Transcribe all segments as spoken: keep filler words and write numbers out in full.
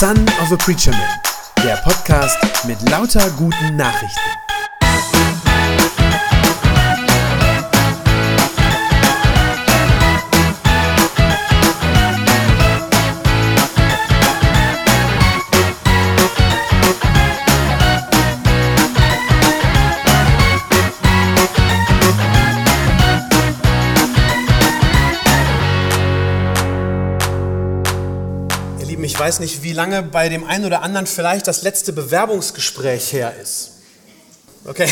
Son of a Preacher Man, der Podcast mit lauter guten Nachrichten. Ich weiß nicht, wie lange bei dem einen oder anderen vielleicht das letzte Bewerbungsgespräch her ist. Okay.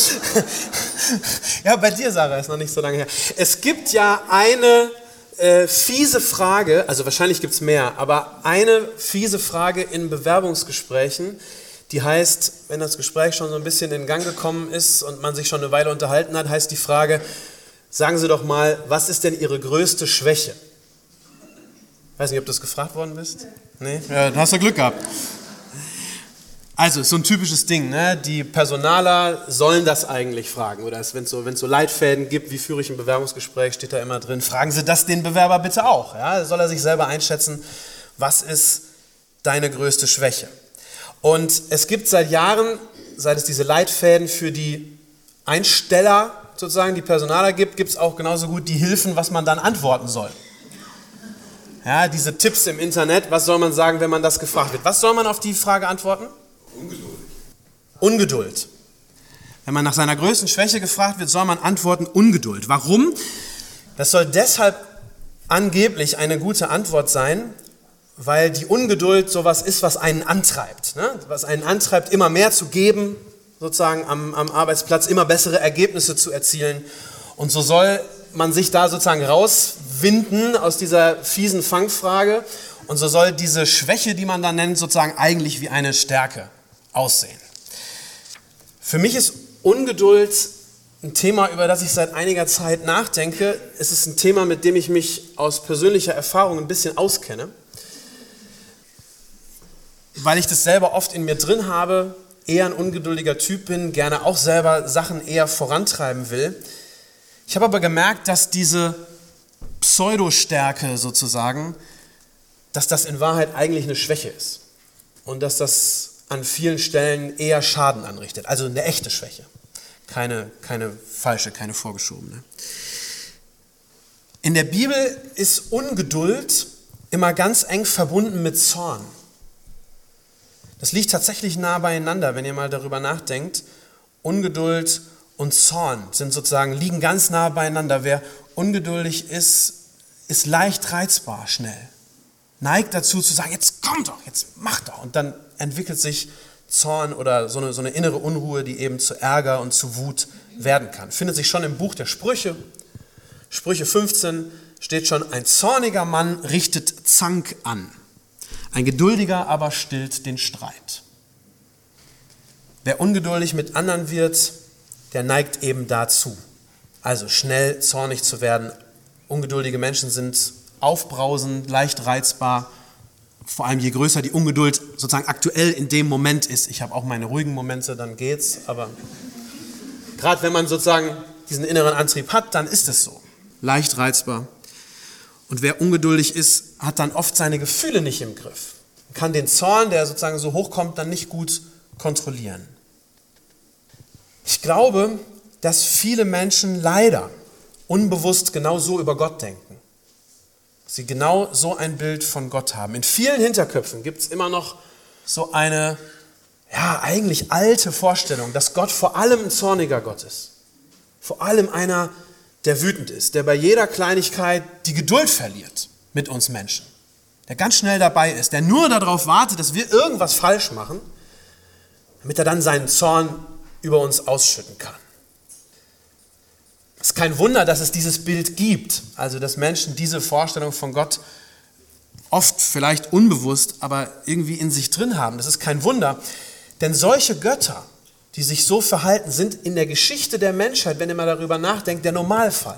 Ja, bei dir, Sarah, ist noch nicht so lange her. Es gibt ja eine äh, fiese Frage, also wahrscheinlich gibt es mehr, aber eine fiese Frage in Bewerbungsgesprächen, die heißt, wenn das Gespräch schon so ein bisschen in Gang gekommen ist und man sich schon eine Weile unterhalten hat, heißt die Frage, sagen Sie doch mal, was ist denn Ihre größte Schwäche? Ich weiß nicht, ob du das gefragt worden bist. Nee? Ja, dann hast du Glück gehabt. Also, ist so ein typisches Ding, ne? Die Personaler sollen das eigentlich fragen. Oder wenn es so, so Leitfäden gibt, wie führe ich ein Bewerbungsgespräch, steht da immer drin, fragen Sie das den Bewerber bitte auch. Ja? Soll er sich selber einschätzen, was ist deine größte Schwäche? Und es gibt seit Jahren, seit es diese Leitfäden für die Einsteller, sozusagen die Personaler gibt, gibt es auch genauso gut die Hilfen, was man dann antworten soll. Ja, diese Tipps im Internet, was soll man sagen, wenn man das gefragt wird? Was soll man auf die Frage antworten? Ungeduld. Ungeduld. Wenn man nach seiner größten Schwäche gefragt wird, soll man antworten Ungeduld. Warum? Das soll deshalb angeblich eine gute Antwort sein, weil die Ungeduld sowas ist, was einen antreibt. Ne? Was einen antreibt, immer mehr zu geben, sozusagen am, am Arbeitsplatz, immer bessere Ergebnisse zu erzielen. Und so soll man sich da sozusagen rauswinden aus dieser fiesen Fangfrage und so soll diese Schwäche, die man da nennt, sozusagen eigentlich wie eine Stärke aussehen. Für mich ist Ungeduld ein Thema, über das ich seit einiger Zeit nachdenke. Es ist ein Thema, mit dem ich mich aus persönlicher Erfahrung ein bisschen auskenne, weil ich das selber oft in mir drin habe, eher ein ungeduldiger Typ bin, gerne auch selber Sachen eher vorantreiben will. Ich habe aber gemerkt, dass diese Pseudostärke sozusagen, dass das in Wahrheit eigentlich eine Schwäche ist und dass das an vielen Stellen eher Schaden anrichtet. Also eine echte Schwäche, keine, keine falsche, keine vorgeschobene. In der Bibel ist Ungeduld immer ganz eng verbunden mit Zorn. Das liegt tatsächlich nah beieinander, wenn ihr mal darüber nachdenkt. Ungeduld und Zorn sind sozusagen, liegen ganz nah beieinander. Wer ungeduldig ist, ist leicht reizbar, schnell. Neigt dazu zu sagen, jetzt komm doch, jetzt mach doch. Und dann entwickelt sich Zorn oder so eine, so eine innere Unruhe, die eben zu Ärger und zu Wut werden kann. Findet sich schon im Buch der Sprüche. Sprüche fünfzehn steht schon, ein zorniger Mann richtet Zank an. Ein geduldiger aber stillt den Streit. Wer ungeduldig mit anderen wird, der neigt eben dazu. Also schnell zornig zu werden. Ungeduldige Menschen sind aufbrausend, leicht reizbar. Vor allem je größer die Ungeduld sozusagen aktuell in dem Moment ist. Ich habe auch meine ruhigen Momente, dann geht's. Aber gerade wenn man sozusagen diesen inneren Antrieb hat, dann ist es so. Leicht reizbar. Und wer ungeduldig ist, hat dann oft seine Gefühle nicht im Griff. Man kann den Zorn, der sozusagen so hochkommt, dann nicht gut kontrollieren. Ich glaube, dass viele Menschen leider unbewusst genau so über Gott denken. Sie genau so ein Bild von Gott haben. In vielen Hinterköpfen gibt es immer noch so eine, ja, eigentlich alte Vorstellung, dass Gott vor allem ein zorniger Gott ist. Vor allem einer, der wütend ist, der bei jeder Kleinigkeit die Geduld verliert mit uns Menschen. Der ganz schnell dabei ist, der nur darauf wartet, dass wir irgendwas falsch machen, damit er dann seinen Zorn über uns ausschütten kann. Es ist kein Wunder, dass es dieses Bild gibt, also dass Menschen diese Vorstellung von Gott oft vielleicht unbewusst, aber irgendwie in sich drin haben. Das ist kein Wunder, denn solche Götter, die sich so verhalten, sind in der Geschichte der Menschheit, wenn ihr mal darüber nachdenkt, der Normalfall.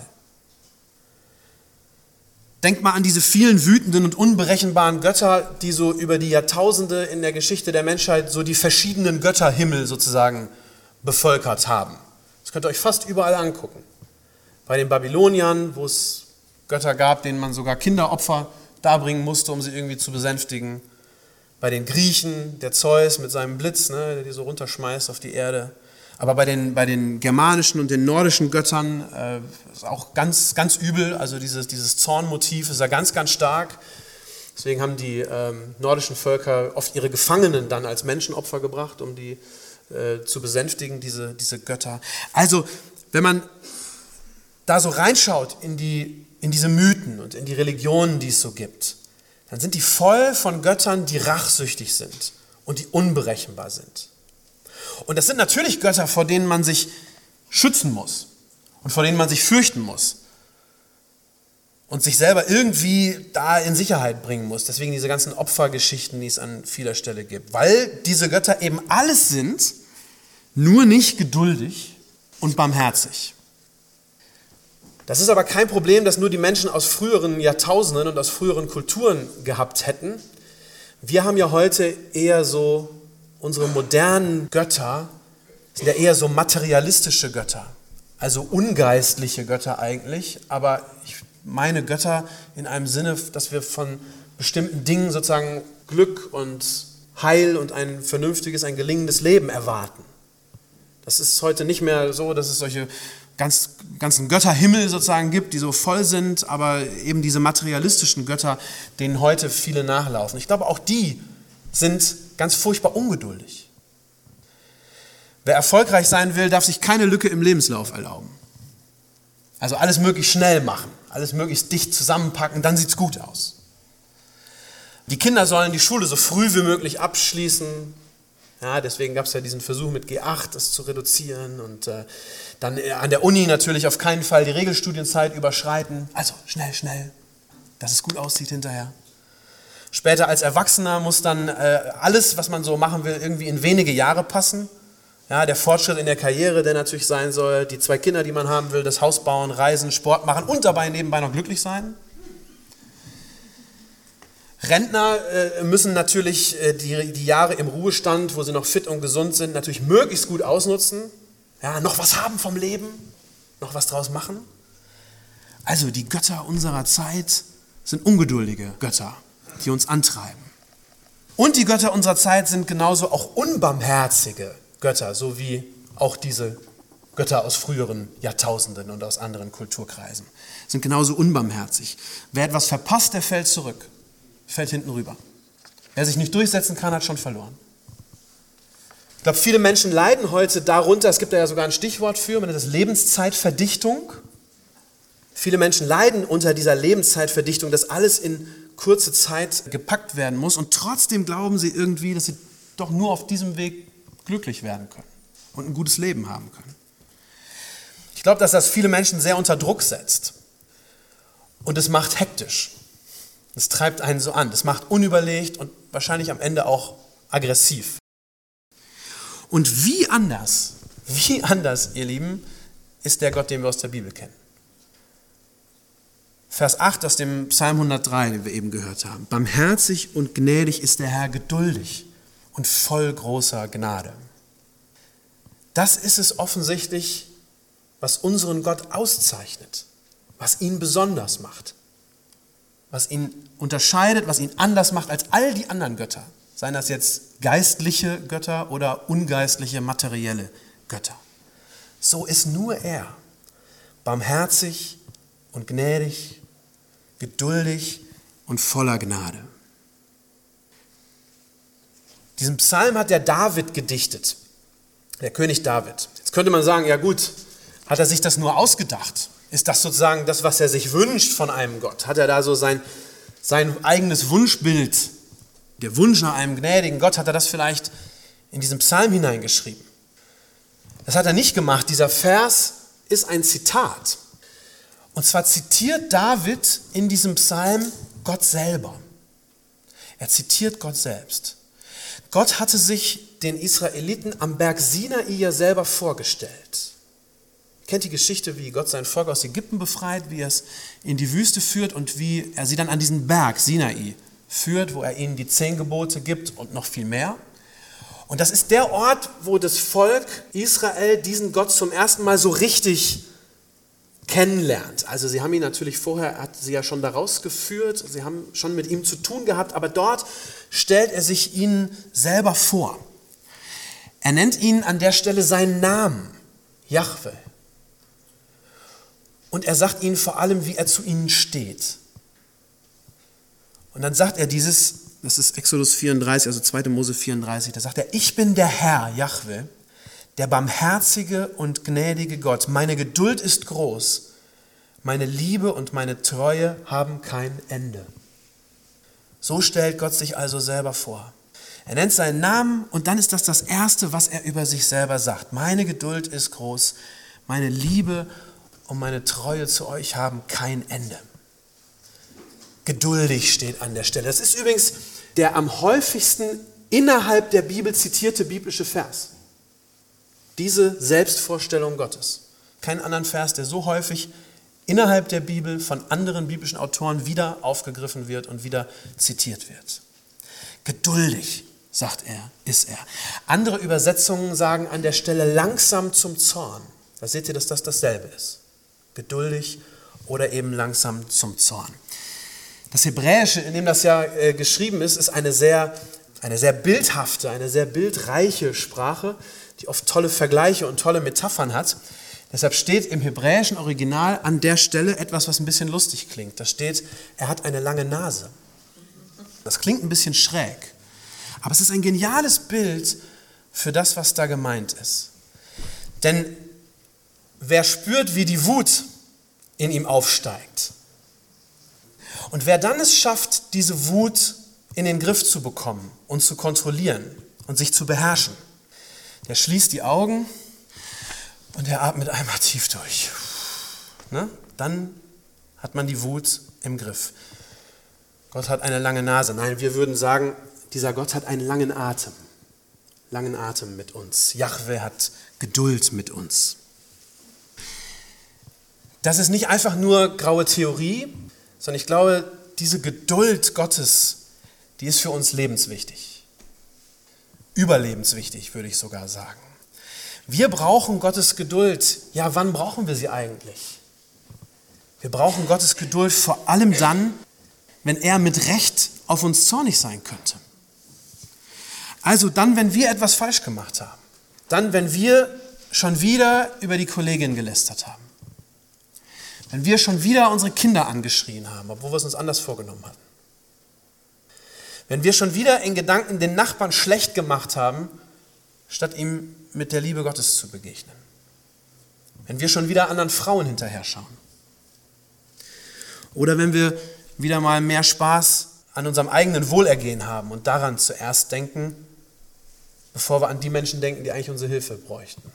Denkt mal an diese vielen wütenden und unberechenbaren Götter, die so über die Jahrtausende in der Geschichte der Menschheit so die verschiedenen Götterhimmel sozusagen bevölkert haben. Das könnt ihr euch fast überall angucken. Bei den Babyloniern, wo es Götter gab, denen man sogar Kinderopfer darbringen musste, um sie irgendwie zu besänftigen. Bei den Griechen, der Zeus mit seinem Blitz, ne, der die so runterschmeißt auf die Erde. Aber bei den, bei den germanischen und den nordischen Göttern äh, ist auch ganz, ganz übel. Also dieses, dieses Zornmotiv ist ja ganz, ganz stark. Deswegen haben die ähm, nordischen Völker oft ihre Gefangenen dann als Menschenopfer gebracht, um die äh, zu besänftigen, diese, diese Götter. Also, wenn man da so reinschaut in, die, in diese Mythen und in die Religionen, die es so gibt, dann sind die voll von Göttern, die rachsüchtig sind und die unberechenbar sind. Und das sind natürlich Götter, vor denen man sich schützen muss und vor denen man sich fürchten muss und sich selber irgendwie da in Sicherheit bringen muss. Deswegen diese ganzen Opfergeschichten, die es an vieler Stelle gibt. Weil diese Götter eben alles sind, nur nicht geduldig und barmherzig. Das ist aber kein Problem, das nur die Menschen aus früheren Jahrtausenden und aus früheren Kulturen gehabt hätten. Wir haben ja heute eher so unsere modernen Götter, sind ja eher so materialistische Götter, also ungeistliche Götter eigentlich, aber ich meine Götter in einem Sinne, dass wir von bestimmten Dingen sozusagen Glück und Heil und ein vernünftiges, ein gelingendes Leben erwarten. Das ist heute nicht mehr so, dass es solche ganz, ganzen Götterhimmel sozusagen gibt, die so voll sind, aber eben diese materialistischen Götter, denen heute viele nachlaufen. Ich glaube, auch die sind ganz furchtbar ungeduldig. Wer erfolgreich sein will, darf sich keine Lücke im Lebenslauf erlauben. Also alles möglichst schnell machen, alles möglichst dicht zusammenpacken, dann sieht es gut aus. Die Kinder sollen die Schule so früh wie möglich abschließen. Ja, deswegen gab es ja diesen Versuch mit G acht, das zu reduzieren. Und äh, dann an der Uni natürlich auf keinen Fall die Regelstudienzeit überschreiten. Also schnell, schnell, dass es gut aussieht hinterher. Später als Erwachsener muss dann äh, alles, was man so machen will, irgendwie in wenige Jahre passen. Ja, der Fortschritt in der Karriere, der natürlich sein soll, die zwei Kinder, die man haben will, das Haus bauen, reisen, Sport machen und dabei nebenbei noch glücklich sein. Rentner äh, müssen natürlich äh, die, die Jahre im Ruhestand, wo sie noch fit und gesund sind, natürlich möglichst gut ausnutzen. Ja, noch was haben vom Leben, noch was draus machen. Also die Götter unserer Zeit sind ungeduldige Götter, die uns antreiben. Und die Götter unserer Zeit sind genauso auch unbarmherzige Götter, so wie auch diese Götter aus früheren Jahrtausenden und aus anderen Kulturkreisen. Sind genauso unbarmherzig. Wer etwas verpasst, der fällt zurück, fällt hinten rüber. Wer sich nicht durchsetzen kann, hat schon verloren. Ich glaube, viele Menschen leiden heute darunter, es gibt da ja sogar ein Stichwort für, man nennt das Lebenszeitverdichtung. Viele Menschen leiden unter dieser Lebenszeitverdichtung, dass alles in kurze Zeit gepackt werden muss und trotzdem glauben sie irgendwie, dass sie doch nur auf diesem Weg glücklich werden können und ein gutes Leben haben können. Ich glaube, dass das viele Menschen sehr unter Druck setzt und es macht hektisch. Es treibt einen so an, es macht unüberlegt und wahrscheinlich am Ende auch aggressiv. Und wie anders, wie anders, ihr Lieben, ist der Gott, den wir aus der Bibel kennen. Vers acht aus dem Psalm hundertdrei, den wir eben gehört haben. Barmherzig und gnädig ist der Herr, geduldig und voll großer Gnade. Das ist es offensichtlich, was unseren Gott auszeichnet, was ihn besonders macht, was ihn unterscheidet, was ihn anders macht als all die anderen Götter. Seien das jetzt geistliche Götter oder ungeistliche, materielle Götter. So ist nur er, barmherzig und gnädig, geduldig und voller Gnade. Diesen Psalm hat der David gedichtet, der König David. Jetzt könnte man sagen, ja gut, hat er sich das nur ausgedacht? Ist das sozusagen das, was er sich wünscht von einem Gott? Hat er da so sein, sein eigenes Wunschbild, der Wunsch nach einem gnädigen Gott, hat er das vielleicht in diesen Psalm hineingeschrieben? Das hat er nicht gemacht. Dieser Vers ist ein Zitat. Und zwar zitiert David in diesem Psalm Gott selber. Er zitiert Gott selbst. Gott hatte sich den Israeliten am Berg Sinai ja selber vorgestellt. Ihr kennt die Geschichte, wie Gott sein Volk aus Ägypten befreit, wie er es in die Wüste führt und wie er sie dann an diesen Berg Sinai führt, wo er ihnen die zehn Gebote gibt und noch viel mehr. Und das ist der Ort, wo das Volk Israel diesen Gott zum ersten Mal so richtig kennenlernt. Also sie haben ihn natürlich vorher, hat sie ja schon da rausgeführt, sie haben schon mit ihm zu tun gehabt, aber dort stellt er sich ihnen selber vor. Er nennt ihnen an der Stelle seinen Namen, Jahwe. Und er sagt ihnen vor allem, wie er zu ihnen steht. Und dann sagt er dieses, das ist Exodus vierunddreißig, also zweiter Mose vierunddreißig, da sagt er, ich bin der Herr, Jahwe, der barmherzige und gnädige Gott. Meine Geduld ist groß, meine Liebe und meine Treue haben kein Ende. So stellt Gott sich also selber vor. Er nennt seinen Namen und dann ist das das Erste, was er über sich selber sagt. Meine Geduld ist groß, meine Liebe und meine Treue zu euch haben kein Ende. Geduldig steht an der Stelle. Das ist übrigens der am häufigsten innerhalb der Bibel zitierte biblische Vers. Diese Selbstvorstellung Gottes. Keinen anderen Vers, der so häufig innerhalb der Bibel von anderen biblischen Autoren wieder aufgegriffen wird und wieder zitiert wird. Geduldig, sagt er, ist er. Andere Übersetzungen sagen an der Stelle langsam zum Zorn. Da seht ihr, dass das dasselbe ist. Geduldig oder eben langsam zum Zorn. Das Hebräische, in dem das ja äh, geschrieben ist, ist eine sehr, eine sehr bildhafte, eine sehr bildreiche Sprache, die oft tolle Vergleiche und tolle Metaphern hat. Deshalb steht im hebräischen Original an der Stelle etwas, was ein bisschen lustig klingt. Da steht, er hat eine lange Nase. Das klingt ein bisschen schräg, aber es ist ein geniales Bild für das, was da gemeint ist. Denn wer spürt, wie die Wut in ihm aufsteigt? Und wer dann es schafft, diese Wut in den Griff zu bekommen und zu kontrollieren und sich zu beherrschen, der schließt die Augen und er atmet einmal tief durch. Ne? Dann hat man die Wut im Griff. Gott hat eine lange Nase. Nein, wir würden sagen, dieser Gott hat einen langen Atem. Langen Atem mit uns. Jahwe hat Geduld mit uns. Das ist nicht einfach nur graue Theorie, sondern ich glaube, diese Geduld Gottes, die ist für uns lebenswichtig. Überlebenswichtig, würde ich sogar sagen. Wir brauchen Gottes Geduld. Ja, wann brauchen wir sie eigentlich? Wir brauchen Gottes Geduld vor allem dann, wenn er mit Recht auf uns zornig sein könnte. Also dann, wenn wir etwas falsch gemacht haben. Dann, wenn wir schon wieder über die Kollegin gelästert haben. Wenn wir schon wieder unsere Kinder angeschrien haben, obwohl wir es uns anders vorgenommen hatten. Wenn wir schon wieder in Gedanken den Nachbarn schlecht gemacht haben, statt ihm mit der Liebe Gottes zu begegnen. Wenn wir schon wieder anderen Frauen hinterher schauen. Oder wenn wir wieder mal mehr Spaß an unserem eigenen Wohlergehen haben und daran zuerst denken, bevor wir an die Menschen denken, die eigentlich unsere Hilfe bräuchten.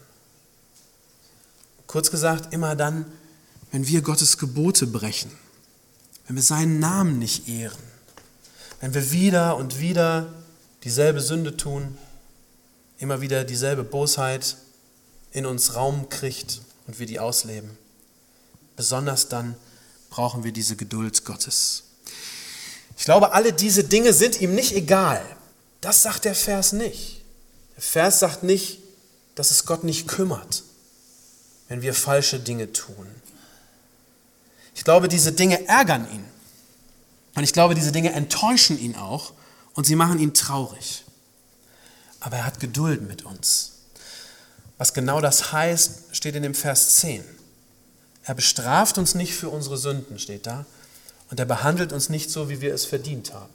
Kurz gesagt, immer dann, wenn wir Gottes Gebote brechen, wenn wir seinen Namen nicht ehren, wenn wir wieder und wieder dieselbe Sünde tun, immer wieder dieselbe Bosheit in uns Raum kriegt und wir die ausleben. Besonders dann brauchen wir diese Geduld Gottes. Ich glaube, alle diese Dinge sind ihm nicht egal. Das sagt der Vers nicht. Der Vers sagt nicht, dass es Gott nicht kümmert, wenn wir falsche Dinge tun. Ich glaube, diese Dinge ärgern ihn. Und ich glaube, diese Dinge enttäuschen ihn auch und sie machen ihn traurig. Aber er hat Geduld mit uns. Was genau das heißt, steht in dem Vers zehn. Er bestraft uns nicht für unsere Sünden, steht da. Und er behandelt uns nicht so, wie wir es verdient haben.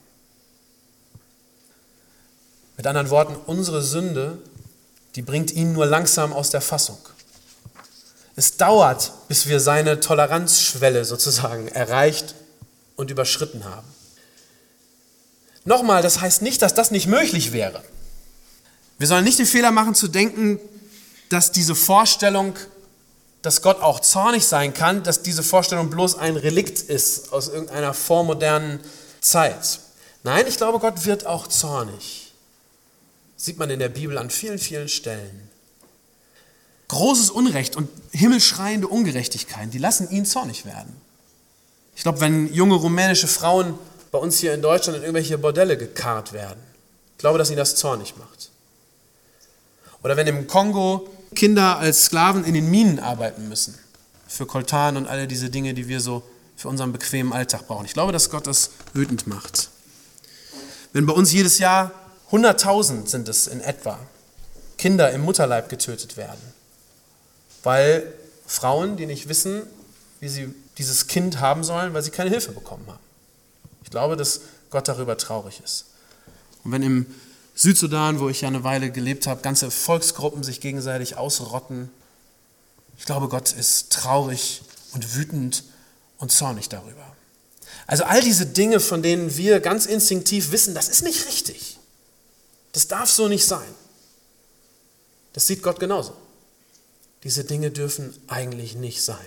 Mit anderen Worten, unsere Sünde, die bringt ihn nur langsam aus der Fassung. Es dauert, bis wir seine Toleranzschwelle sozusagen erreicht und überschritten haben. Nochmal, das heißt nicht, dass das nicht möglich wäre. Wir sollen nicht den Fehler machen zu denken, dass diese Vorstellung, dass Gott auch zornig sein kann, dass diese Vorstellung bloß ein Relikt ist aus irgendeiner vormodernen Zeit. Nein, ich glaube, Gott wird auch zornig. Das sieht man in der Bibel an vielen, vielen Stellen. Großes Unrecht und himmelschreiende Ungerechtigkeiten, die lassen ihn zornig werden. Ich glaube, wenn junge rumänische Frauen bei uns hier in Deutschland in irgendwelche Bordelle gekarrt werden, ich glaube, dass ihn das zornig macht. Oder wenn im Kongo Kinder als Sklaven in den Minen arbeiten müssen. für Koltan und alle diese Dinge, die wir so für unseren bequemen Alltag brauchen. Ich glaube, dass Gott das wütend macht. Wenn bei uns jedes Jahr hunderttausend sind es in etwa, Kinder im Mutterleib getötet werden, weil Frauen, die nicht wissen, wie sie dieses Kind haben sollen, weil sie keine Hilfe bekommen haben. Ich glaube, dass Gott darüber traurig ist. Und wenn im Südsudan, wo ich ja eine Weile gelebt habe, ganze Volksgruppen sich gegenseitig ausrotten, ich glaube, Gott ist traurig und wütend und zornig darüber. Also all diese Dinge, von denen wir ganz instinktiv wissen, das ist nicht richtig. Das darf so nicht sein. Das sieht Gott genauso. Diese Dinge dürfen eigentlich nicht sein.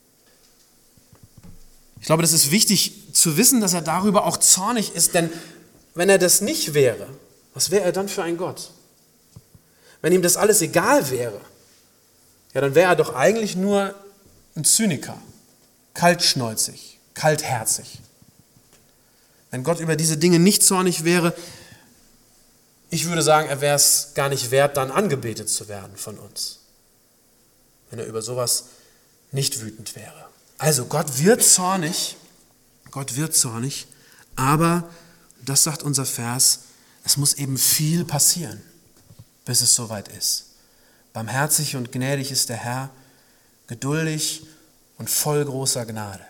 Ich glaube, das ist wichtig zu wissen, dass er darüber auch zornig ist, denn wenn er das nicht wäre, was wäre er dann für ein Gott? Wenn ihm das alles egal wäre, ja, dann wäre er doch eigentlich nur ein Zyniker, kaltschnäuzig, kaltherzig. Wenn Gott über diese Dinge nicht zornig wäre, ich würde sagen, er wäre es gar nicht wert, dann angebetet zu werden von uns, wenn er über sowas nicht wütend wäre. Also Gott wird zornig, Gott wird zornig, aber, das sagt unser Vers, es muss eben viel passieren, bis es soweit ist. Barmherzig und gnädig ist der Herr, geduldig und voll großer Gnade.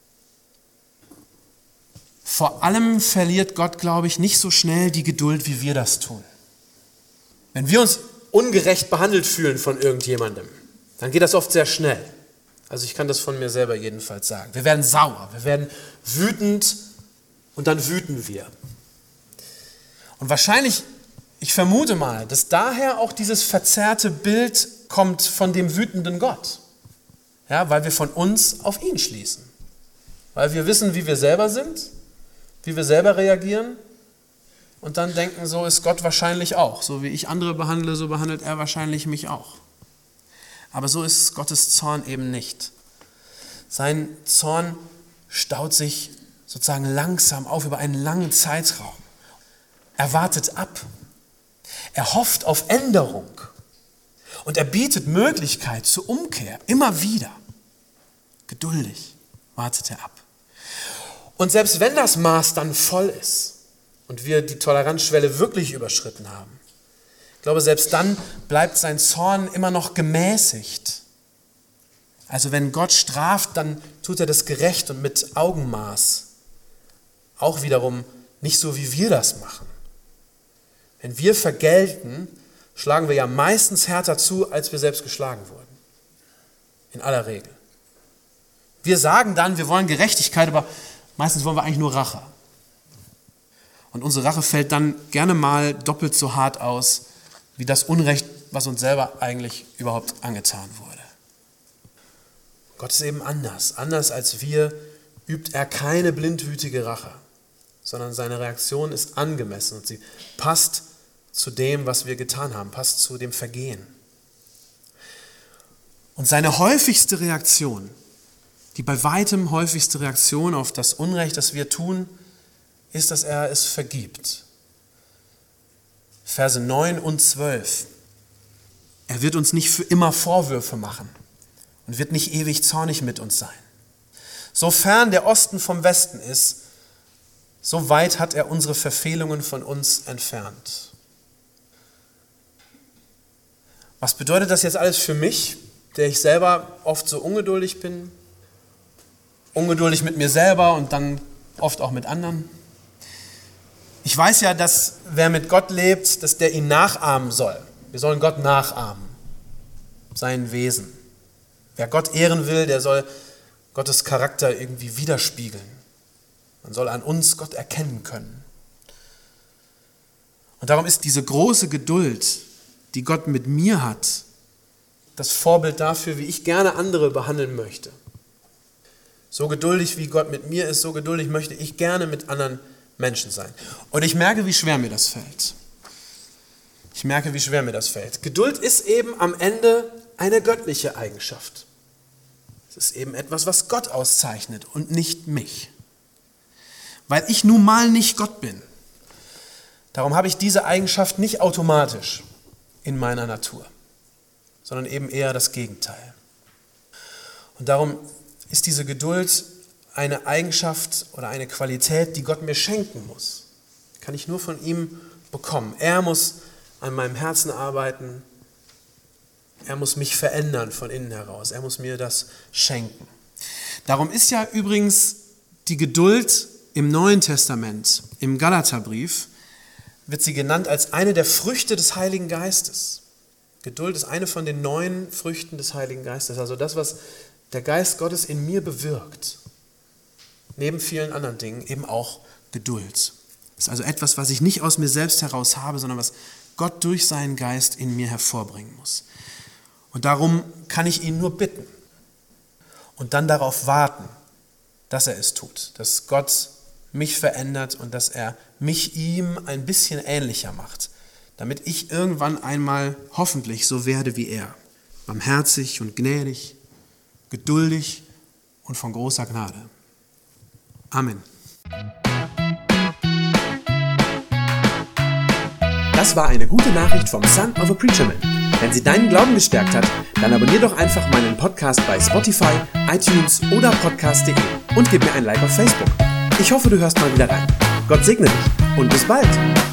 Vor allem verliert Gott, glaube ich, nicht so schnell die Geduld, wie wir das tun. Wenn wir uns ungerecht behandelt fühlen von irgendjemandem, dann geht das oft sehr schnell. Also ich kann das von mir selber jedenfalls sagen. Wir werden sauer, wir werden wütend und dann wüten wir. Und wahrscheinlich, ich vermute mal, dass daher auch dieses verzerrte Bild kommt von dem wütenden Gott. Ja, weil wir von uns auf ihn schließen. Weil wir wissen, wie wir selber sind, wie wir selber reagieren und dann denken, so ist Gott wahrscheinlich auch. So wie ich andere behandle, so behandelt er wahrscheinlich mich auch. Aber so ist Gottes Zorn eben nicht. Sein Zorn staut sich sozusagen langsam auf über einen langen Zeitraum. Er wartet ab. Er hofft auf Änderung. Und er bietet Möglichkeit zur Umkehr, immer wieder. Geduldig wartet er ab. Und selbst wenn das Maß dann voll ist und wir die Toleranzschwelle wirklich überschritten haben, ich glaube, selbst dann bleibt sein Zorn immer noch gemäßigt. Also wenn Gott straft, dann tut er das gerecht und mit Augenmaß. Auch wiederum nicht so, wie wir das machen. Wenn wir vergelten, schlagen wir ja meistens härter zu, als wir selbst geschlagen wurden. In aller Regel. Wir sagen dann, wir wollen Gerechtigkeit, aber meistens wollen wir eigentlich nur Rache. Und unsere Rache fällt dann gerne mal doppelt so hart aus, wie das Unrecht, was uns selber eigentlich überhaupt angetan wurde. Gott ist eben anders. Anders als wir übt er keine blindwütige Rache, sondern seine Reaktion ist angemessen und sie passt zu dem, was wir getan haben, passt zu dem Vergehen. Und seine häufigste Reaktion, die bei weitem häufigste Reaktion auf das Unrecht, das wir tun, ist, dass er es vergibt. Verse neun und zwölf. Er wird uns nicht für immer Vorwürfe machen und wird nicht ewig zornig mit uns sein. So fern der Osten vom Westen ist, so weit hat er unsere Verfehlungen von uns entfernt. Was bedeutet das jetzt alles für mich, der ich selber oft so ungeduldig bin? Ungeduldig mit mir selber und dann oft auch mit anderen? Ich weiß ja, dass wer mit Gott lebt, dass der ihn nachahmen soll. Wir sollen Gott nachahmen, sein Wesen. Wer Gott ehren will, der soll Gottes Charakter irgendwie widerspiegeln. Man soll an uns Gott erkennen können. Und darum ist diese große Geduld, die Gott mit mir hat, das Vorbild dafür, wie ich gerne andere behandeln möchte. So geduldig wie Gott mit mir ist, so geduldig möchte ich gerne mit anderen Menschen sein. Und ich merke, wie schwer mir das fällt. Ich merke, wie schwer mir das fällt. Geduld ist eben am Ende eine göttliche Eigenschaft. Es ist eben etwas, was Gott auszeichnet und nicht mich. Weil ich nun mal nicht Gott bin. Darum habe ich diese Eigenschaft nicht automatisch in meiner Natur, sondern eben eher das Gegenteil. Und darum ist diese Geduld eine Eigenschaft oder eine Qualität, die Gott mir schenken muss. Kann ich nur von ihm bekommen. Er muss an meinem Herzen arbeiten. Er muss mich verändern von innen heraus. Er muss mir das schenken. Darum ist ja übrigens die Geduld im Neuen Testament, im Galaterbrief, wird sie genannt als eine der Früchte des Heiligen Geistes. Geduld ist eine von den neun Früchten des Heiligen Geistes. Also das, was der Geist Gottes in mir bewirkt. Neben vielen anderen Dingen eben auch Geduld. Das ist also etwas, was ich nicht aus mir selbst heraus habe, sondern was Gott durch seinen Geist in mir hervorbringen muss. Und darum kann ich ihn nur bitten und dann darauf warten, dass er es tut, dass Gott mich verändert und dass er mich ihm ein bisschen ähnlicher macht, damit ich irgendwann einmal hoffentlich so werde wie er, barmherzig und gnädig, geduldig und von großer Gnade. Amen. Das war eine gute Nachricht vom Son of a Preacher Man. Wenn sie deinen Glauben gestärkt hat, dann abonnier doch einfach meinen Podcast bei Spotify, iTunes oder podcast punkt de und gib mir ein Like auf Facebook. Ich hoffe, du hörst mal wieder rein. Gott segne dich und bis bald.